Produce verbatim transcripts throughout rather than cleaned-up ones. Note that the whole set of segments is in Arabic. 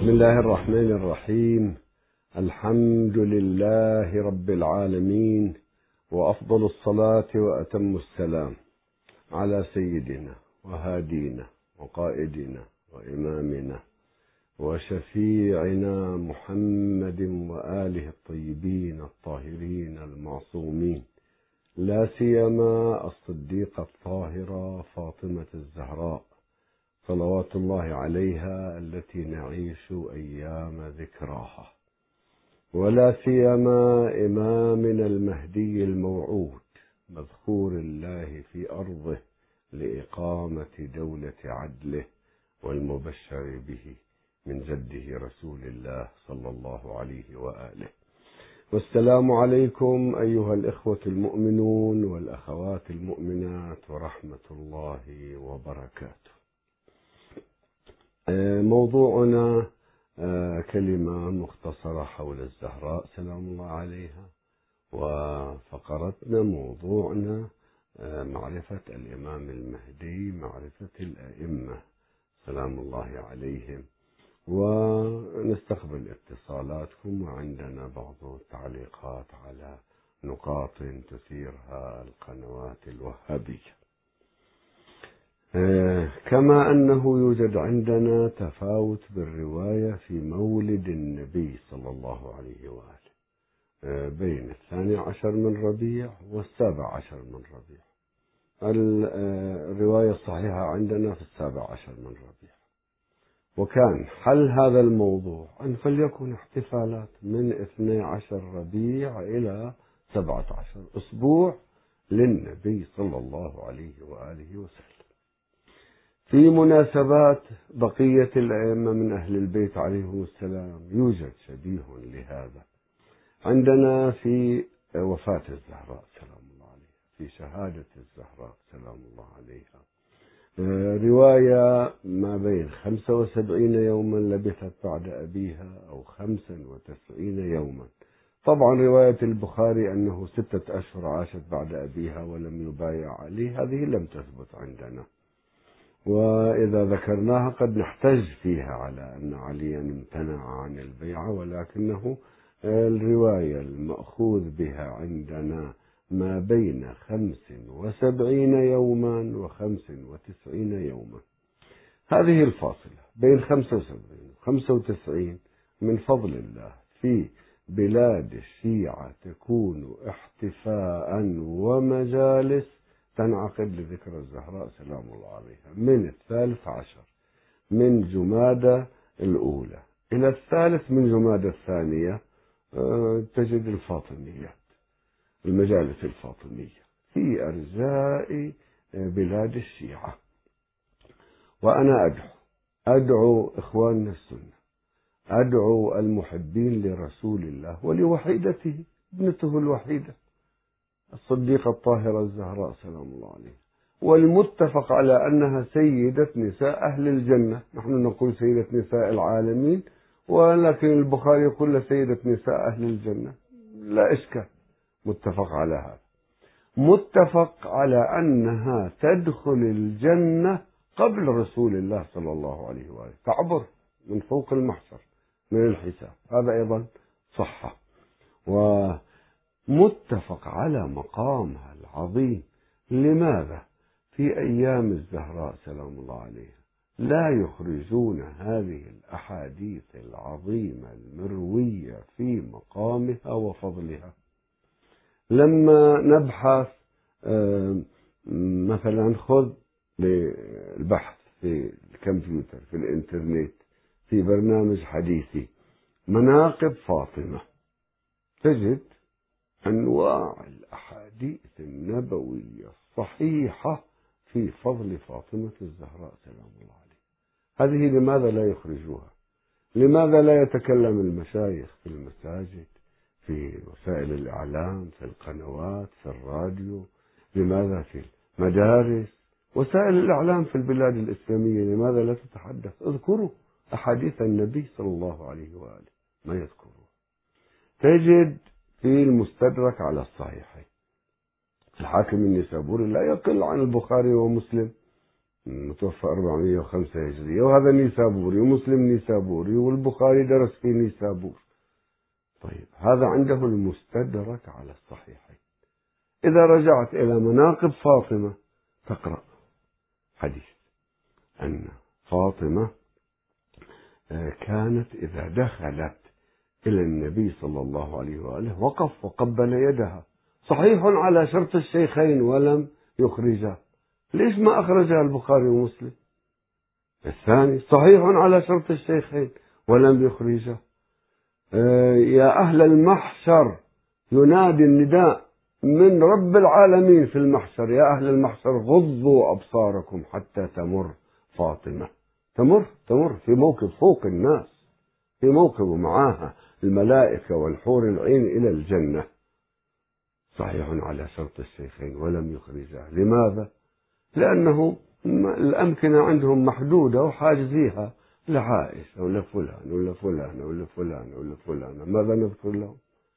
بسم الله الرحمن الرحيم. الحمد لله رب العالمين، وأفضل الصلاة وأتم السلام على سيدنا وهادينا وقائدنا وإمامنا وشفيعنا محمد وآله الطيبين الطاهرين المعصومين، لا سيما الصديقة الطاهرة فاطمة الزهراء صلوات الله عليها التي نعيش أيام ذكراها، ولا سيما إمامنا المهدي الموعود مذكور الله في أرضه لإقامة دولة عدله والمبشر به من جده رسول الله صلى الله عليه وآله. والسلام عليكم أيها الإخوة المؤمنون والأخوات المؤمنات ورحمة الله وبركاته. موضوعنا كلمة مختصرة حول الزهراء سلام الله عليها، وفقرتنا موضوعنا معرفة الإمام المهدي، معرفة الأئمة سلام الله عليهم، ونستقبل اتصالاتكم وعندنا بعض التعليقات على نقاط تثيرها القنوات الوهابية. كما أنه يوجد عندنا تفاوت بالرواية في مولد النبي صلى الله عليه وآله بين الثاني عشر من ربيع والسابع عشر من ربيع. الرواية الصحيحة عندنا في السابع عشر من ربيع، وكان حل هذا الموضوع أن فليكن احتفالات من اثني عشر ربيع إلى سبعة عشر أسبوع للنبي صلى الله عليه وآله وسلم. في مناسبات بقية الأئمة من أهل البيت عليهم السلام يوجد شبيه لهذا. عندنا في وفاة الزهراء سلام الله عليها، في شهادة الزهراء سلام الله عليها، رواية ما بين خمسة وسبعين يوما لبثت بعد أبيها أو خمسا وتسعين يوما. طبعا رواية البخاري أنه ستة أشهر عاشت بعد أبيها ولم يبايع عليه، هذه لم تثبت عندنا، وإذا ذكرناها قد نحتج فيها على أن عليا امتنع عن البيعة، ولكنه الرواية المأخوذ بها عندنا ما بين خمس وسبعين يوما وخمس وتسعين يوما. هذه الفاصلة بين خمسة وسبعين وخمسة وتسعين من فضل الله في بلاد الشيعة تكون احتفاء ومجالس تنعقد لذكر الزهراء سلام الله عليها من الثالث عشر من جمادى الأولى إلى الثالث من جمادى الثانية. تجد الفاطميات، المجالس الفاطمية في أرجاء بلاد الشيعة. وأنا أدعو أدعو إخواننا السنة، أدعو المحبين لرسول الله ولوحيدته ابنته الوحيدة الصديقة الطاهرة الزهراء سلام الله عليها، والمتفق على أنها سيدة نساء أهل الجنة. نحن نقول سيدة نساء العالمين، ولكن البخاري يقول سيدة نساء أهل الجنة، لا إشكال، متفق على هذا. متفق على أنها تدخل الجنة قبل رسول الله صلى الله عليه وآله، تعبر من فوق المحشر من الحساب، هذا أيضا صحة. ومتفق على مقامها العظيم. لماذا في أيام الزهراء سلام الله عليها لا يخرجون هذه الأحاديث العظيمة المروية في مقامها وفضلها؟ لما نبحث مثلا، خذ البحث في الكمبيوتر في الإنترنت في برنامج حديثي مناقب فاطمة، تجد أنواع الأحاديث النبوية الصحيحة في فضل فاطمة الزهراء سلام الله عليها. هذه لماذا لا يخرجوها؟ لماذا لا يتكلم المشايخ في المساجد، في وسائل الإعلام، في القنوات، في الراديو؟ لماذا في المدارس، وسائل الإعلام في البلاد الإسلامية لماذا لا تتحدث؟ اذكروا أحاديث النبي صلى الله عليه وآله، ما يذكروا. تجد في المستدرك على الصحيحين الحاكم النسابوري لا يقل عن البخاري ومسلم متوفى أربعمائة وخمسة هجرية، وهذا نيسابوري، ومسلم نيسابوري، والبخاري درس في نيسابور. طيب هذا عنده المستدرك على الصحيحين. إذا رجعت إلى مناقب فاطمة تقرأ حديث أن فاطمة كانت إذا دخلت إلى النبي صلى الله عليه وآله وقف وقبل يدها، صحيح على شرط الشيخين ولم يخرجها. ليش ما أخرجها البخاري ومسلم؟ الثاني صحيح على شرط الشيخين ولم يخرجها. آه يا أهل المحشر، ينادي النداء من رب العالمين في المحشر: يا أهل المحشر غضوا أبصاركم حتى تمر فاطمة. تمر تمر في موكب فوق الناس، في موكب معاها الملائكة والحور العين إلى الجنة. صحيح على شرط الشيخين ولم يخرجها. لماذا؟ لأنه الأمكنة عندهم محدودة وحاجزيها لعائشة ولا فلان ولا فلان ولا فلان ولا فلان. ماذا نذكر لهم؟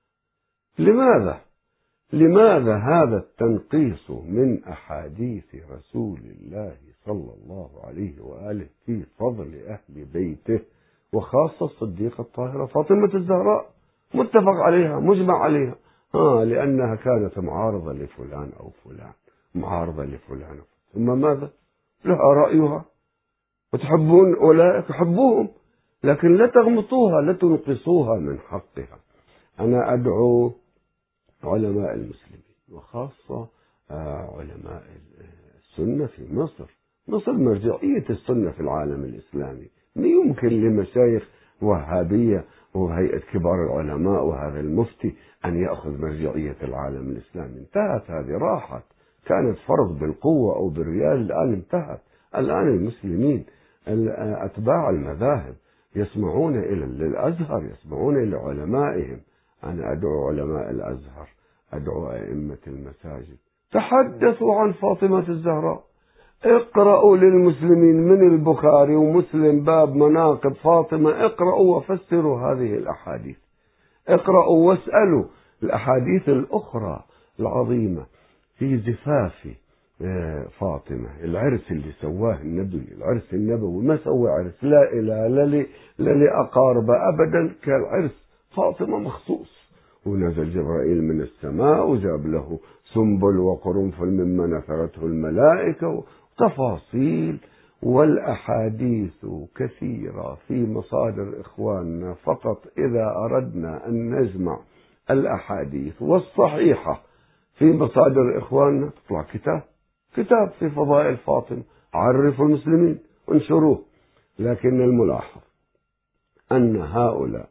لماذا؟ لماذا هذا التنقيص من أحاديث رسول الله صلى الله عليه وآله في فضل أهل بيته، وخاصة الصديقة الطاهرة فاطمة الزهراء، متفق عليها مجمع عليها؟ آه لأنها كانت معارضة لفلان أو فلان، معارضة لفلان، ثم ماذا؟ لها رأيها، وتحبون أولئك حبوهم، لكن لا تغمطوها، لا تنقصوها من حقها. أنا أدعو علماء المسلمين وخاصة علماء السنة في مصر. مصر مرجعية السنة في العالم الإسلامي. ما يمكن لمشايخ وهابية وهيئة كبار العلماء وهذا المفتي أن يأخذ مرجعية العالم الإسلامي. انتهت هذه، راحت. كانت فرض بالقوة أو بالريال، الآن انتهت. الآن المسلمين أتباع المذاهب يسمعون إلى الأزهر، يسمعون إلى علمائهم. أنا أدعو علماء الأزهر، أدعو أئمة المساجد: تحدثوا عن فاطمة الزهراء، اقرأوا للمسلمين من البخاري ومسلم باب مناقب فاطمة، اقرأوا وفسروا هذه الأحاديث، اقرأوا واسألوا. الأحاديث الأخرى العظيمة في زفاف فاطمة، العرس اللي سواه النبي، العرس النبوي، ما سوى عرس لا إله لا لأقارب أبدا كالعرس فاطمة مخصوص. ونزل جبرائيل من السماء وجاب له سنبل وقرنفل مما نثرته الملائكة، وتفاصيل. والأحاديث كثيرة في مصادر إخواننا، فقط إذا أردنا أن نجمع الأحاديث والصحيحة في مصادر إخواننا تطلع كتاب كتاب في فضائل فاطمة، عرفوا المسلمين وانشروه. لكن الملاحظ أن هؤلاء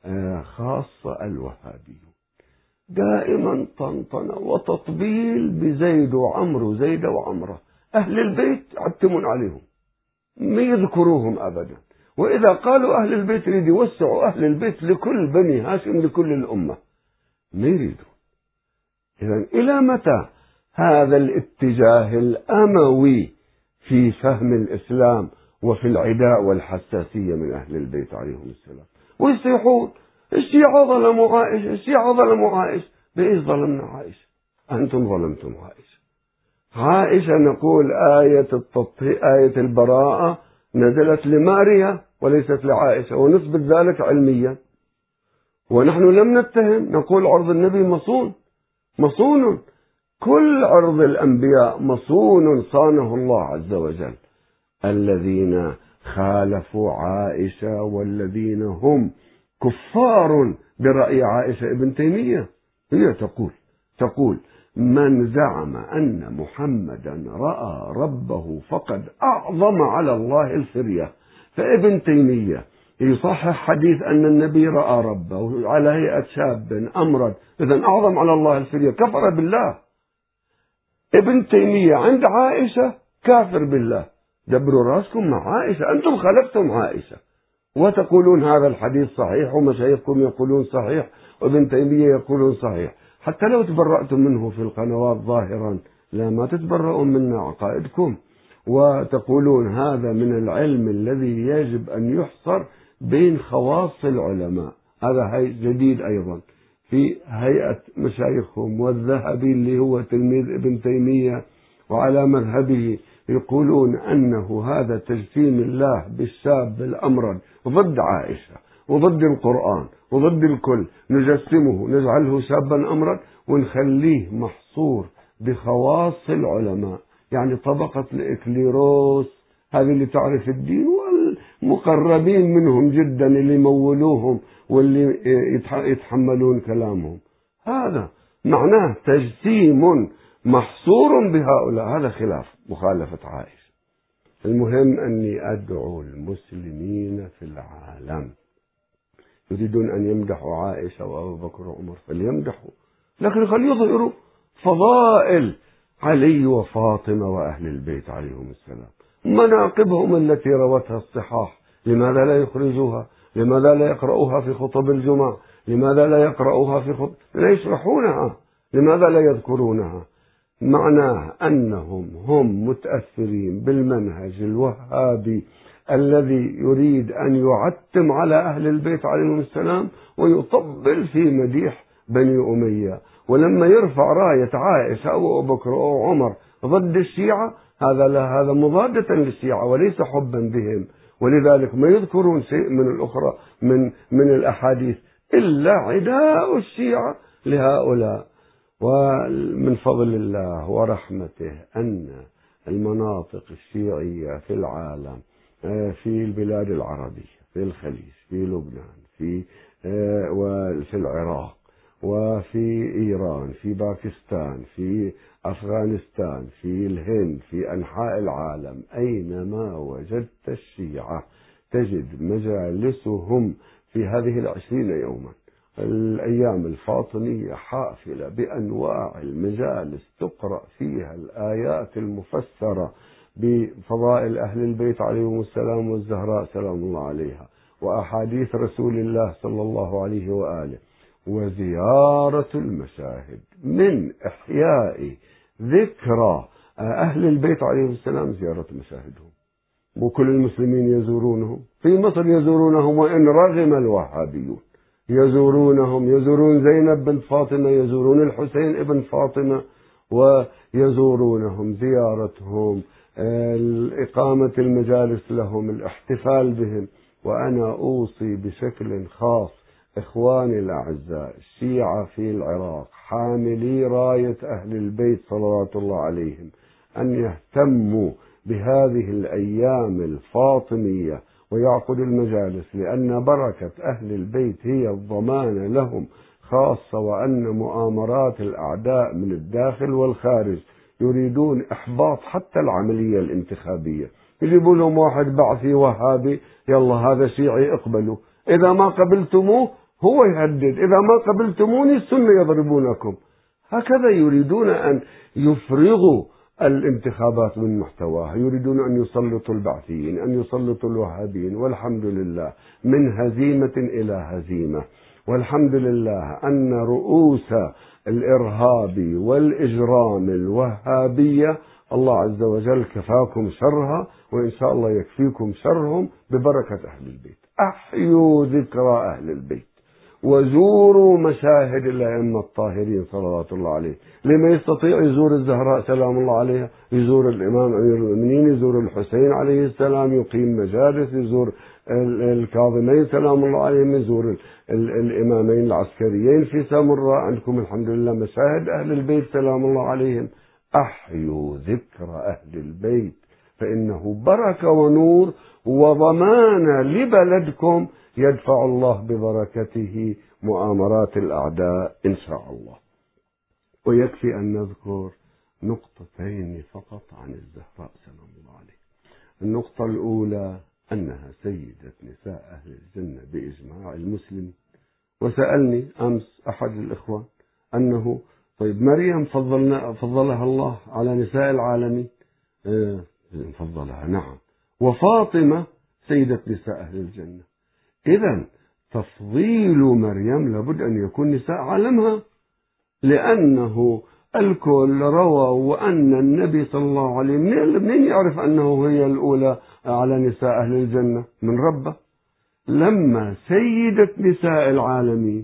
خاصة الوهابيون دائما طنطنة وتطبيل بزيد وعمرو، زيد وعمرة. أهل البيت يعتمون عليهم، ما يذكروهم أبدا. وإذا قالوا أهل البيت يريد يوسعوا أهل البيت لكل بني هاشم، لكل الأمة، ما يريدوا. إذن إلى متى هذا الاتجاه الأموي في فهم الإسلام وفي العداء والحساسية من أهل البيت عليهم السلام؟ ويصيحون الشيعة ظلموا عائشة، الشيعة ظلموا عائشة. بإيش ظلمنا عائشة؟ أنتم ظلمتم عائشة. عائشة نقول آية التطهير، آية البراءة نزلت لماريا وليست لعائشة، ونثبت ذلك علميا. ونحن لم نتهم، نقول عرض النبي مصون، مصون. كل عرض الأنبياء مصون صانه الله عز وجل. الذين خالفوا عائشة والذين هم كفار برأي عائشة، ابن تيمية هي تقول تقول من زعم أن محمدا رأى ربه فقد أعظم على الله الفرية. فابن تيمية يصحح حديث أن النبي رأى ربه على هيئة شاب أمرد، إذن أعظم على الله الفرية، كفر بالله. ابن تيمية عند عائشة كافر بالله. دبروا راسكم مع عائشة، أنتم خلفتم عائشة وتقولون هذا الحديث صحيح، ومشايخكم يقولون صحيح، وابن تيمية يقولون صحيح. حتى لو تبرأتم منه في القنوات ظاهرا، لا ما تتبرؤون منا عقائدكم، وتقولون هذا من العلم الذي يجب أن يحصر بين خواص العلماء. هذا هي جديد أيضا في هيئة مشايخهم، والذهبي اللي هو تلميذ ابن تيمية وعلى مذهبه يقولون أنه هذا تجسيم الله بالشاب الأمرد ضد عائشة وضد القرآن وضد الكل، نجسمه نجعله شابا أمرد ونخليه محصور بخواص العلماء، يعني طبقة الإكليروس هذه اللي تعرف الدين والمقربين منهم جدا اللي يمولوهم واللي يتحملون كلامهم. هذا معناه تجسيم محصور بهؤلاء، هذا خلاف مخالفة عائشة. المهم أني أدعو المسلمين في العالم يريدون أن يمدحوا عائشة وأبو بكر وعمر فليمدحوا، لكن خليوا يظهروا فضائل علي وفاطمة وأهل البيت عليهم السلام، مناقبهم التي روتها الصحاح، لماذا لا يخرجوها؟ لماذا لا يقرأوها في خطب الجمعة؟ لماذا لا يقرأوها في خطب لا يشرحونها؟ لماذا لا يذكرونها؟ معناه أنهم هم متأثرين بالمنهج الوهابي الذي يريد أن يعتم على أهل البيت عليهم السلام ويطبل في مديح بني أمية، ولما يرفع راية عائشة أو أبو بكر أو عمر ضد الشيعة هذا لا هذا مضادة للشيعة وليس حبا بهم، ولذلك ما يذكرون شيء من الأخرى من من الأحاديث إلا عداء الشيعة لهؤلاء. ومن فضل الله ورحمته أن المناطق الشيعية في العالم في البلاد العربية، في الخليج، في لبنان، في وفي العراق، وفي إيران، في باكستان، في أفغانستان، في الهند، في أنحاء العالم، أينما وجدت الشيعة تجد مجالسهم في هذه العشرين يوما الأيام الفاطمية حافلة بأنواع المجالس تقرأ فيها الآيات المفسرة بفضائل أهل البيت عليهم السلام والزهراء سلام الله عليها، وأحاديث رسول الله صلى الله عليه وآله، وزيارة المشاهد من إحياء ذكرى أهل البيت عليهم السلام، زيارة مشاهدهم، وكل المسلمين يزورونهم، في مصر يزورونهم وإن رغم الوهابيون يزورونهم، يزورون زينب بنت فاطمة، يزورون الحسين ابن فاطمة ويزورونهم، زيارتهم، إقامة المجالس لهم، الاحتفال بهم. وأنا أوصي بشكل خاص إخواني الأعزاء الشيعة في العراق حاملي راية أهل البيت صلوات الله عليهم أن يهتموا بهذه الأيام الفاطمية ويعقدوا المجالس، لأن بركة أهل البيت هي الضمان لهم خاصة، وأن مؤامرات الأعداء من الداخل والخارج يريدون إحباط حتى العملية الانتخابية، يجيبوا لهم واحد بعثي وهابي يلا هذا شيعي اقبلوا، إذا ما قبلتموه هو يهدد، إذا ما قبلتموني السنة يضربونكم. هكذا يريدون أن يفرغوا الانتخابات من محتواها، يريدون أن يسلطوا البعثيين، أن يسلطوا الوهابيين، والحمد لله من هزيمة إلى هزيمة، والحمد لله أن رؤوس الإرهاب والإجرام الوهابية الله عز وجل كفاكم شرها، وإن شاء الله يكفيكم شرهم ببركة أهل البيت. أحيوا ذكرى أهل البيت وزوروا مشاهد الأئمة الطاهرين صلوات الله عليه. لما يستطيع يزور الزهراء سلام الله عليها، يزور الإمام أمير المؤمنين، يزور الحسين عليه السلام، يقيم مجالس، يزور الكاظمين سلام الله عليهم، يزور الإمامين العسكريين في سامراء، عندكم الحمد لله مشاهد أهل البيت سلام الله عليهم. أحيوا ذكر أهل البيت فإنه بركة ونور وضمان لبلدكم يدفع الله ببركته مؤامرات الأعداء إن شاء الله. ويكفي أن نذكر نقطتين فقط عن الزهراء سلام الله عليه. النقطة الأولى أنها سيدة نساء أهل الجنة بإجماع المسلمين. وسألني أمس أحد الإخوان أنه طيب مريم فضلنا فضلها الله على نساء العالمين، اه فضلها نعم، وفاطمة سيدة نساء أهل الجنة، إذن تفضيل مريم لابد أن يكون نساء عالمها، لأنه الكل روى وأن النبي صلى الله عليه وسلم من يعرف أنه هي الأولى على نساء أهل الجنة من ربه. لما سيدة نساء العالمين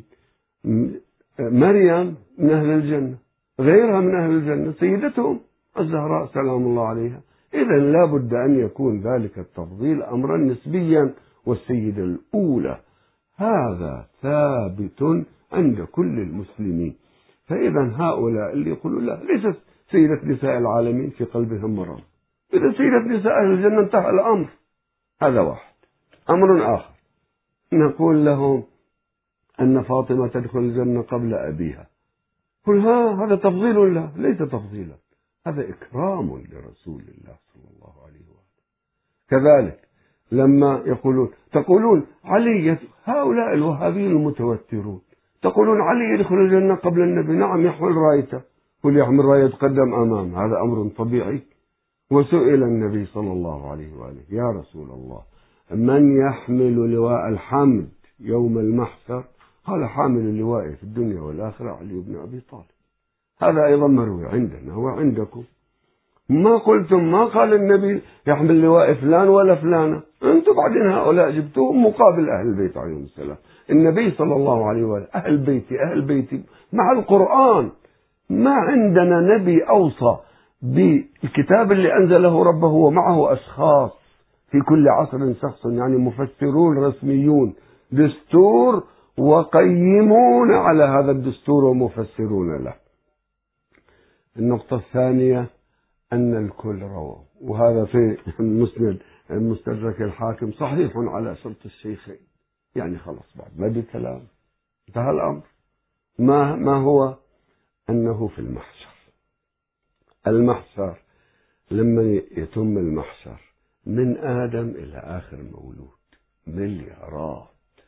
مريم من أهل الجنة، غيرها من أهل الجنة سيدتهم الزهراء سلام الله عليها، إذا لا بد أن يكون ذلك التفضيل أمرا نسبيا. والسيدة الأولى هذا ثابت عند كل المسلمين. فإذا هؤلاء اللي يقولوا لا ليست سيدة نساء العالمين في قلبهم مرض، إذا سيدة نساء أهل الجنة انتهى الأمر. هذا واحد. أمر آخر، نقول لهم أن فاطمة تدخل الجنة قبل أبيها، قل ها هذا تفضيل له، ليس تفضيلا، هذا إكرام لرسول الله صلى الله عليه وسلم. كذلك لما يقولون تقولون علي، هؤلاء الوهابيين المتوترون تقولون علي يدخل الجنة قبل النبي، نعم يحمل رايته، قل يحمل راية يتقدم أمام، هذا أمر طبيعي. وسئل النبي صلى الله عليه وآله يا رسول الله من يحمل لواء الحمد يوم المحشر؟ قال حامل اللواء في الدنيا والآخرة علي بن أبي طالب. هذا أيضا مروي عندنا وعندكم. ما قلتم، ما قال النبي يحمل لواء فلان ولا فلانة، أنتم بعدين هؤلاء جبتوهم مقابل أهل البيت عليهم السلام. النبي صلى الله عليه وآله أهل بيتي أهل بيتي مع القرآن. ما عندنا نبي أوصى بالكتاب اللي أنزله ربه ومعه أشخاص في كل عصر شخص، يعني مفسرون رسميون، دستور وقيمون على هذا الدستور ومفسرون له. النقطة الثانية أن الكل روى، وهذا في المسند المستدرك الحاكم صحيح على شرط الشيخين، يعني خلاص بعد ما بكلام انتهى الأمر. ما ما هو أنه في المحشر، المحشر لما يتم المحشر من آدم إلى آخر مولود مليارات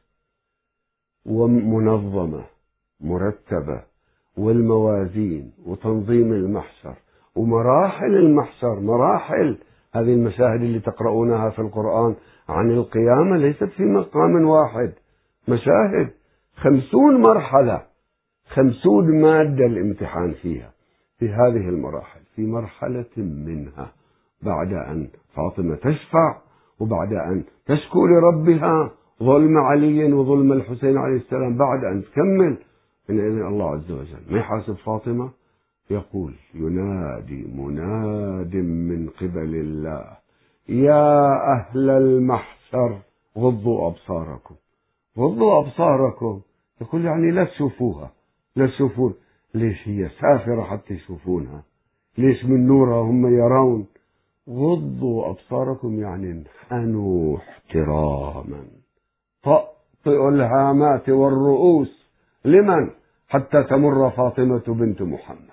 ومنظمة مرتبة، والموازين وتنظيم المحشر ومراحل المحشر، مراحل هذه المشاهد اللي تقرؤونها في القرآن عن القيامة ليست في مقام واحد، مشاهد خمسون مرحلة، خمسون مادة الامتحان فيها. في هذه المراحل في مرحلة منها بعد أن فاطمة تشفع وبعد أن تشكو لربها ظلم علي وظلم الحسين عليه السلام، بعد أن تكمل من إذن الله عز وجل ما يحاسب فاطمة، يقول ينادي مناد من قبل الله يا أهل المحشر غضوا أبصاركم. غضوا أبصاركم يقول يعني لا تشوفوها، لا تشوفون. ليش؟ هي سافرة حتى يشوفونها، ليش؟ من نورها هم يرون. غضوا أبصاركم يعني انحنوا احتراما، طأطئوا الهامات والرؤوس. لمن؟ حتى تمر فاطمة بنت محمد،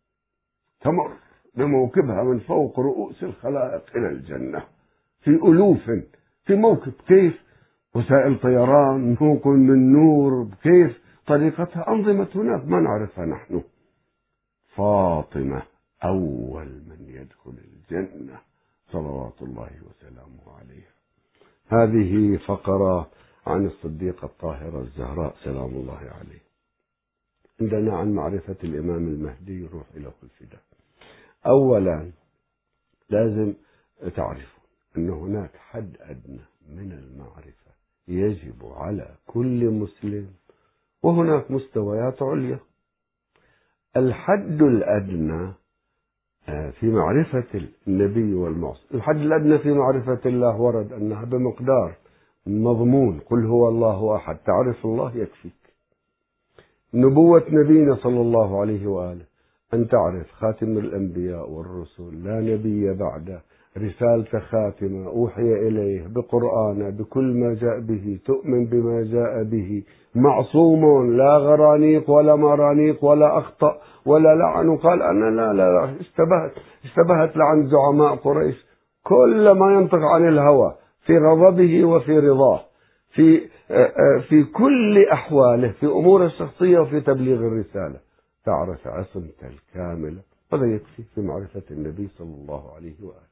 تمر بموكبها من فوق رؤوس الخلائق إلى الجنة في ألوف، في موكب. كيف؟ وسائل طيران، نوق من نور. كيف طريقتها؟ أنظمة هناك ما نعرفها نحن. فاطمة أول من يدخل الجنة صلوات الله وسلامه عليها. هذه فقرة عن الصديقة الطاهرة الزهراء سلام الله عليه. عندنا عن معرفة الإمام المهدي روح إلى الفداء. أولا لازم تعرفوا أن هناك حد أدنى من المعرفة يجب على كل مسلم، وهناك مستويات عليا. الحد الأدنى في معرفة النبي والمعصوم، الحد الأدنى في معرفة الله ورد أنها بمقدار مضمون قل هو الله أحد، تعرف الله يكفيك. نبوة نبينا صلى الله عليه وآله أن تعرف خاتم الأنبياء والرسل لا نبي بعده، رسالة خاتمة أوحي إليه بقرآن بكل ما جاء به، تؤمن بما جاء به، معصوم لا غرانيق ولا مرانيق ولا أخطأ ولا لعن. قال أنا لا لا, لا اشتبهت اشتبهت لعن زعماء قريش، كل ما ينطق عن الهوى في غضبه وفي رضاه، في في كل أحواله، في أمور الشخصية وفي تبليغ الرسالة، تعرف عصمته الكاملة. هذا يكفي في معرفة النبي صلى الله عليه وآله.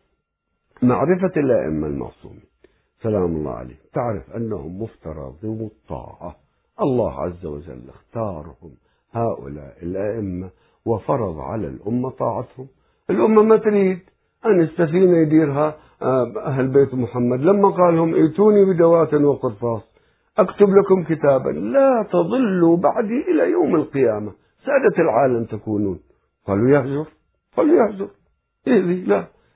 معرفة الأئمة المعصومين سلام الله عليه، تعرف أنهم مفترضون الطاعة، الله عز وجل اختارهم هؤلاء الأئمة وفرض على الأمة طاعتهم. الأمة ما تريد أن السفينة يديرها أهل بيت محمد، لما قال لهم ائتوني بدوات وقرطاس أكتب لكم كتابا لا تضلوا بعدي إلى يوم القيامة، سادة العالم تكونون. قالوا يهجر، قالوا يهجر إيه لا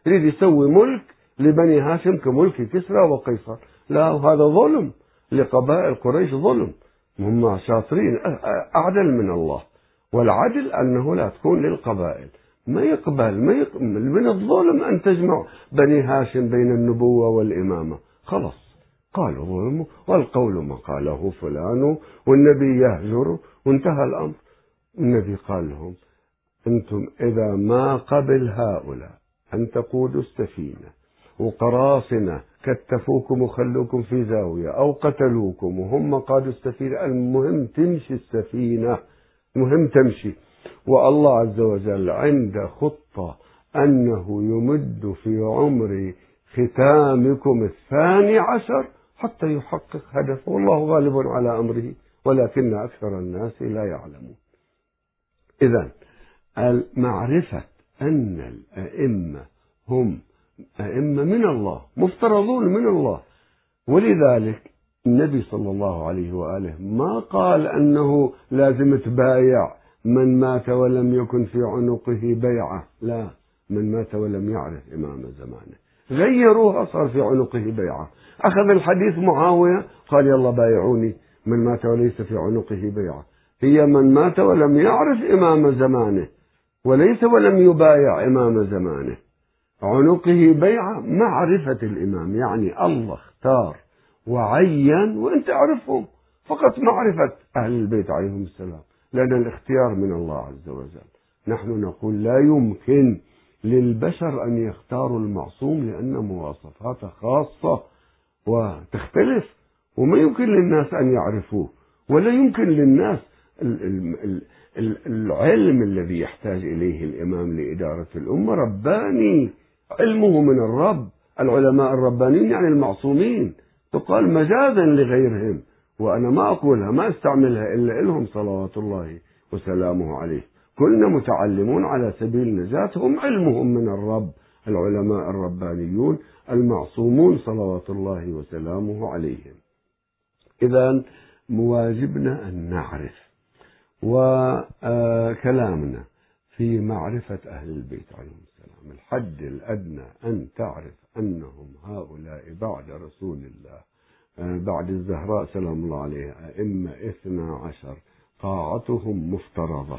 يريد يسوي ملك لبني هاشم كملك كسرى وقيصر. لا، هذا ظلم لقبائل قريش، ظلم. هم شاطرين أعدل من الله، والعدل أنه لا تكون للقبائل. ما يقبل ما يقبل من الظلم أن تجمع بني هاشم بين النبوة والإمامة. خلاص قالوا ظلم، والقول ما قاله فلان، والنبي يهجر، وانتهى الأمر. النبي قال لهم: أنتم إذا ما قبل هؤلاء أن تقودوا السفينة وقراصنة كتفوكم وخلوكم في زاوية أو قتلوكم وهم قادوا السفينة، المهم تمشي السفينة، المهم تمشي. والله عز وجل عنده خطة أنه يمد في عمر ختامكم الثاني عشر حتى يحقق هدفه، والله غالب على أمره ولكن أكثر الناس لا يعلمون. إذن معرفة أن الأئمة هم أئمة من الله، مفترضون من الله، ولذلك النبي صلى الله عليه وآله ما قال أنه لازم تبايع من مات ولم يكن في عنقه بيعة، لا، من مات ولم يعرف إمام زمانه غيروها، صار في عنقه بيعة. أخذ الحديث معاوية قال: يلا بايعوني من مات وليس في عنقه بيعة. هي من مات ولم يعرف إمام زمانه، وليس ولم يبايع إمام زمانه. عنقه بيعة معرفة الإمام، يعني الله اختار وعين وانت تعرفهم، فقط معرفة أهل البيت عليهم السلام، لأن الاختيار من الله عز وجل. نحن نقول لا يمكن للبشر أن يختاروا المعصوم، لأن مواصفاته خاصة وتختلف، وما يمكن للناس أن يعرفوه، ولا يمكن للناس العلم الذي يحتاج إليه الإمام لإدارة الأمة رباني، علمه من الرب. العلماء الربانيين يعني المعصومين، تقال مجازا لغيرهم، وأنا ما أقولها ما استعملها إلا لهم صلوات الله وسلامه عليه. كلنا متعلمون على سبيل نجاة، هم علمهم من الرب، العلماء الربانيون المعصومون صلوات الله وسلامه عليهم. إذن مواجبنا أن نعرف، وكلامنا في معرفة أهل البيت عليهم السلام الحد الأدنى أن تعرف أنهم هؤلاء بعد رسول الله، بعد الزهراء سلام الله عليها، أئمة اثنا عشر طاعتهم مفترضة،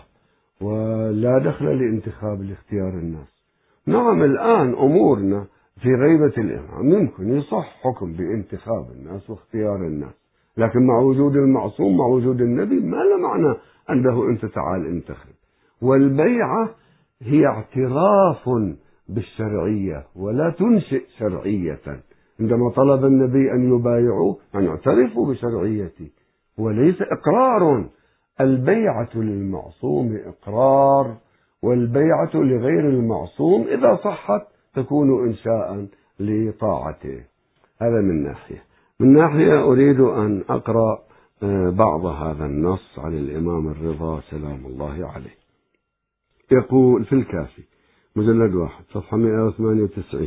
ولا دخل لانتخاب لاختيار الناس. نعم الآن أمورنا في غيبة الإمام يمكن يصح حكم بانتخاب الناس واختيار الناس، لكن مع وجود المعصوم، مع وجود النبي، ما له معنى أنه أنت تعال انتخب. والبيعة هي اعتراف بالشرعية ولا تنشئ شرعية. عندما طلب النبي أن يبايعوا أن يعترفوا بشرعيته وليس إقرار. البيعة للمعصوم إقرار، والبيعة لغير المعصوم إذا صحت تكون إنشاء لطاعته. هذا من ناحية. من ناحية أريد أن أقرأ بعض هذا النص عن الإمام الرضا سلام الله عليه. يقول في الكافي مجلد واحد صفحة مئة وثمانية وتسعين: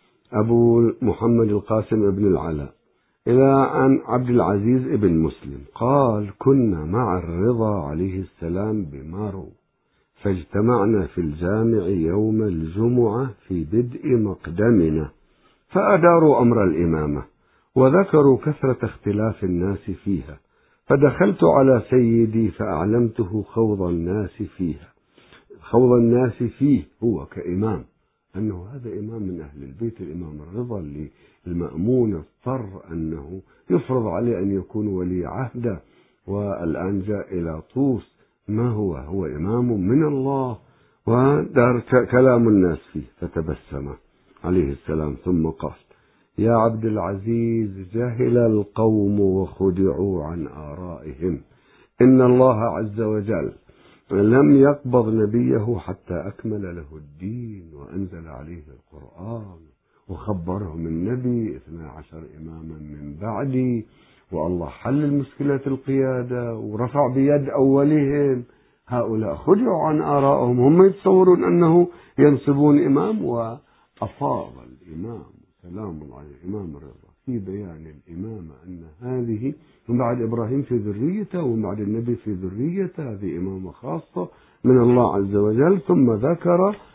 أبو محمد القاسم ابن العلاء إلى عن عبد العزيز ابن مسلم قال: كنا مع الرضا عليه السلام بمارو، فاجتمعنا في الجامع يوم الجمعة في بدء مقدمنا، فأداروا أمر الإمامة وذكروا كثرة اختلاف الناس فيها، فدخلت على سيدي فأعلمته خوض الناس فيها، خوض الناس فيه هو كإمام، أنه هذا إمام من أهل البيت، الإمام الرضا اللي المأمون اضطر أنه يفرض عليه أن يكون ولي عهده، والآن جاء إلى طوس، ما هو هو إمام من الله، ودار كلام الناس فيه. فتبسم عليه السلام ثم قال: يا عبد العزيز، جهل القوم وخدعوا عن آرائهم، إن الله عز وجل لم يقبض نبيه حتى أكمل له الدين وأنزل عليه القرآن، وخبرهم النبي اثنا عشر إماما من بعدي، والله حل مشكلة القيادة ورفع بيد أولهم. هؤلاء خدعوا عن آرائهم، هم يتصورون أنه ينصبون إمام. وأفاض الإمام سلام الله عليه الإمام الرضا في بيان الإمامة أن هذه من بعد إبراهيم في ذريته ومن بعد النبي في ذريته، هذه إمامة خاصة من الله عز وجل. ثم ذكر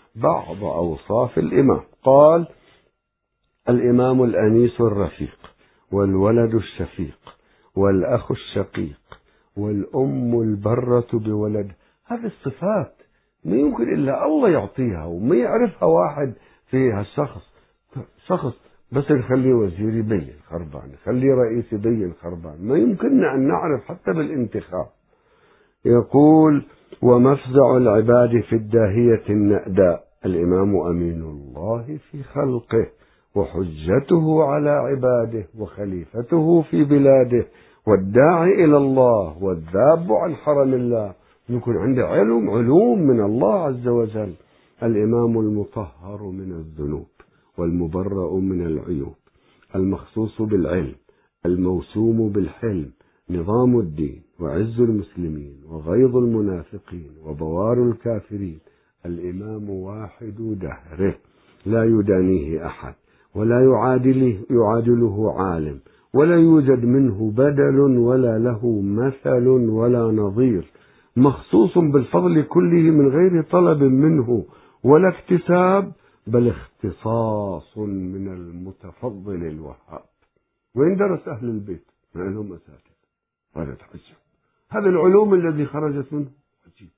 بعض أوصاف الإمام. قال: الإمام الأنيس الرفيق، والولد الشفيق، والأخ الشقيق، والأم البرة بولد. هذه الصفات ما يمكن إلا الله يعطيها، وما يعرفها واحد في هالشخص. شخص بس نخليه وزير يبين خربان، نخليه رئيس يبين خربان، ما يمكننا أن نعرف حتى بالانتخاب. يقول: ومفزع العباد في الداهية النأداء، الإمام أمين الله في خلقه، وحجته على عباده، وخليفته في بلاده، والداعي إلى الله، والذاب عن حرم الله. يكون عنده علم علوم من الله عز وجل. الإمام المطهر من الذنوب، والمبرأ من العيوب، المخصوص بالعلم، الموسوم بالحلم، نظام الدين، وعز المسلمين، وغيظ المنافقين، وبوار الكافرين. الإمام واحد دهره، لا يدانيه أحد، ولا يعادله, يعادله عالم، ولا يوجد منه بدل، ولا له مثل ولا نظير، مخصوص بالفضل كله من غير طلب منه ولا اكتساب، بل اختصاص من المتفضل الوهاب. وين درس أهل البيت؟ ما لهم أساتذة ولا تحجب. هذا العلوم الذي خرجت منه عجيب.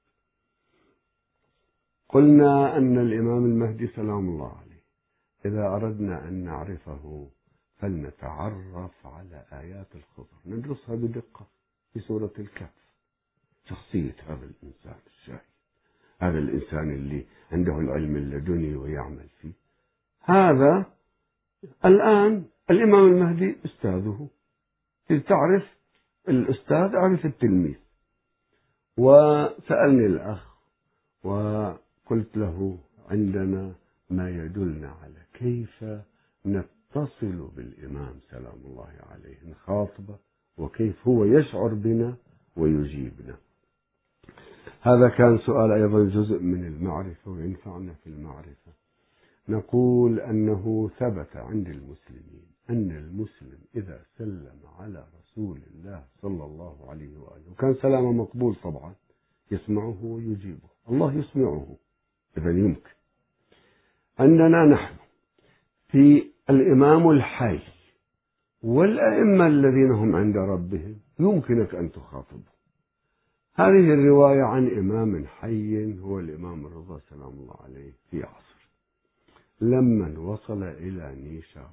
قلنا أن الإمام المهدي سلام الله عليه إذا أردنا أن نعرفه فلنتعرف على آيات الخضر، ندرسها بدقة في سورة الكهف. شخصية هذا الإنسان الشاهد، هذا الإنسان اللي عنده العلم اللدني ويعمل فيه. هذا الآن الإمام المهدي أستاذه. إذ تعرف الأستاذ أعرف التلميذ. وسألني الأخ وقلت له: عندنا ما يدلنا على كيف نتصل بالإمام سلام الله عليه، نخاطبه، وكيف هو يشعر بنا ويجيبنا. هذا كان سؤال أيضا جزء من المعرفة وينفعنا في المعرفة. نقول أنه ثبت عند المسلمين أن المسلم إذا سلم على رسول الله صلى الله عليه وآله، وكان سلامه مقبول طبعا، يسمعه ويجيبه، الله يسمعه إذا يمكن. عندنا نحن في الإمام الحي والأئمة الذين هم عند ربهم يمكنك أن تخاطبه. هذه الرواية عن إمام حي هو الإمام الرضا سلام الله عليه في عصر لما وصل إلى نيشابور،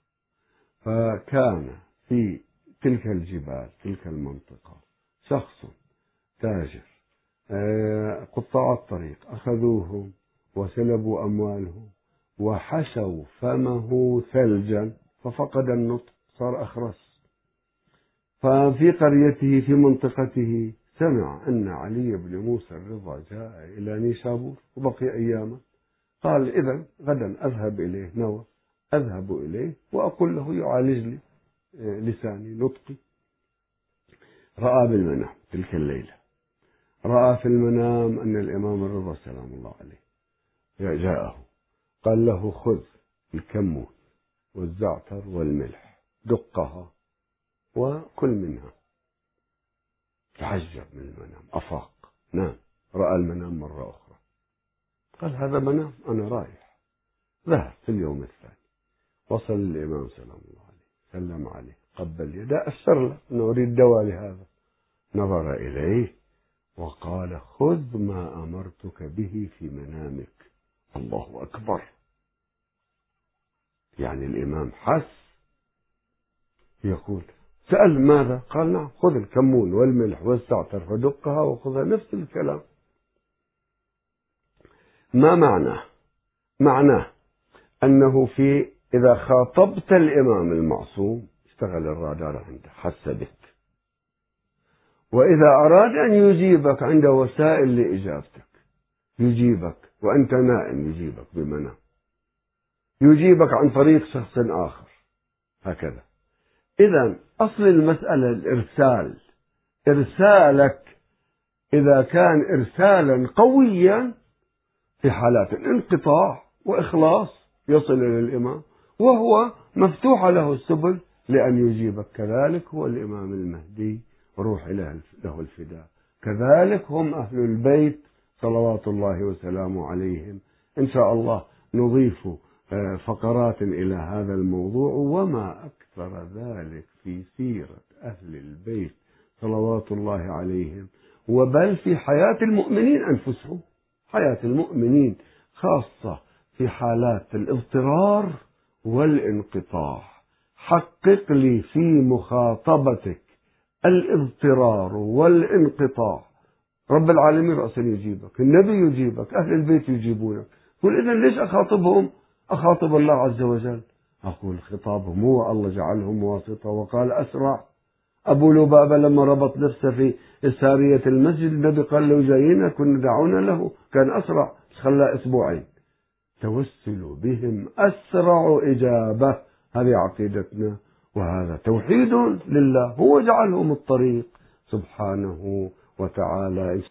فكان في تلك الجبال تلك المنطقة شخص تاجر، قطاع الطريق أخذوهم وسلبوا أموالهم وحشوا فمه ثلجا ففقد النطق، صار أخرس. ففي قريته في منطقته سمع أن علي بن موسى الرضا جاء إلى نيشابور وبقي أياما. قال: إذن غدا أذهب إليه، نوى أذهب إليه وأقول له يعالج لي لساني نطقي. رأى بالمنام تلك الليلة، رأى في المنام أن الإمام الرضا سلام الله عليه جاءه، قال له: خذ الكمون والزعتر والملح، دقها وكل منها. تعجب من المنام، أفاق، نام، رأى المنام مرة أخرى، قال: هذا منام، أنا رايح. ذهب في اليوم الثاني، وصل الإمام سلام الله عليه، سلم عليه، قبل يده، أشر له أنه أريد دواء لهذا. نظر إليه وقال: خذ ما أمرتك به في منامك. الله أكبر. يعني الإمام حس، يقول: سأل ماذا؟ قال: نعم، خذ الكمون والملح والزعتر فدقها وخذها، نفس الكلام. ما معناه؟ معناه أنه في إذا خاطبت الإمام المعصوم اشتغل الرادار عنده، حس بك، وإذا أراد أن يجيبك عنده وسائل لإجابتك، يجيبك وأنت نائم، يجيبك بمنام، يجيبك عن طريق شخص آخر، هكذا. إذن أصل المسألة الإرسال. إرسالك إذا كان إرسالا قويا في حالات الانقطاع وإخلاص يصل إلى الإمام، وهو مفتوح له السبل لأن يجيبك. كذلك هو الإمام المهدي روح له الفداء، كذلك هم أهل البيت صلوات الله وسلامه عليهم إن شاء الله نضيف فقرات إلى هذا الموضوع. وما أكثر ذلك في سيرة أهل البيت صلوات الله عليهم، وبل في حياة المؤمنين أنفسهم، حياة المؤمنين خاصة في حالات الاضطرار والانقطاع. حقق لي في مخاطبتك الاضطرار والانقطاع. رب العالمين رأسا يجيبك، النبي يجيبك، أهل البيت يجيبونك. قل إذن ليش أخاطبهم؟ أخاطب الله عز وجل. أقول خطابهم هو الله جعلهم واسطة وقال أسرع. أبو لبابة لما ربط نفسه في سارية المسجد النبي قال له جايين كنا دعونا له، كان أسرع، خلاه أسبوعين. توسل بهم أسرع إجابة. هذه عقيدتنا، وهذا توحيد لله، هو جعلهم الطريق سبحانه وتعالى.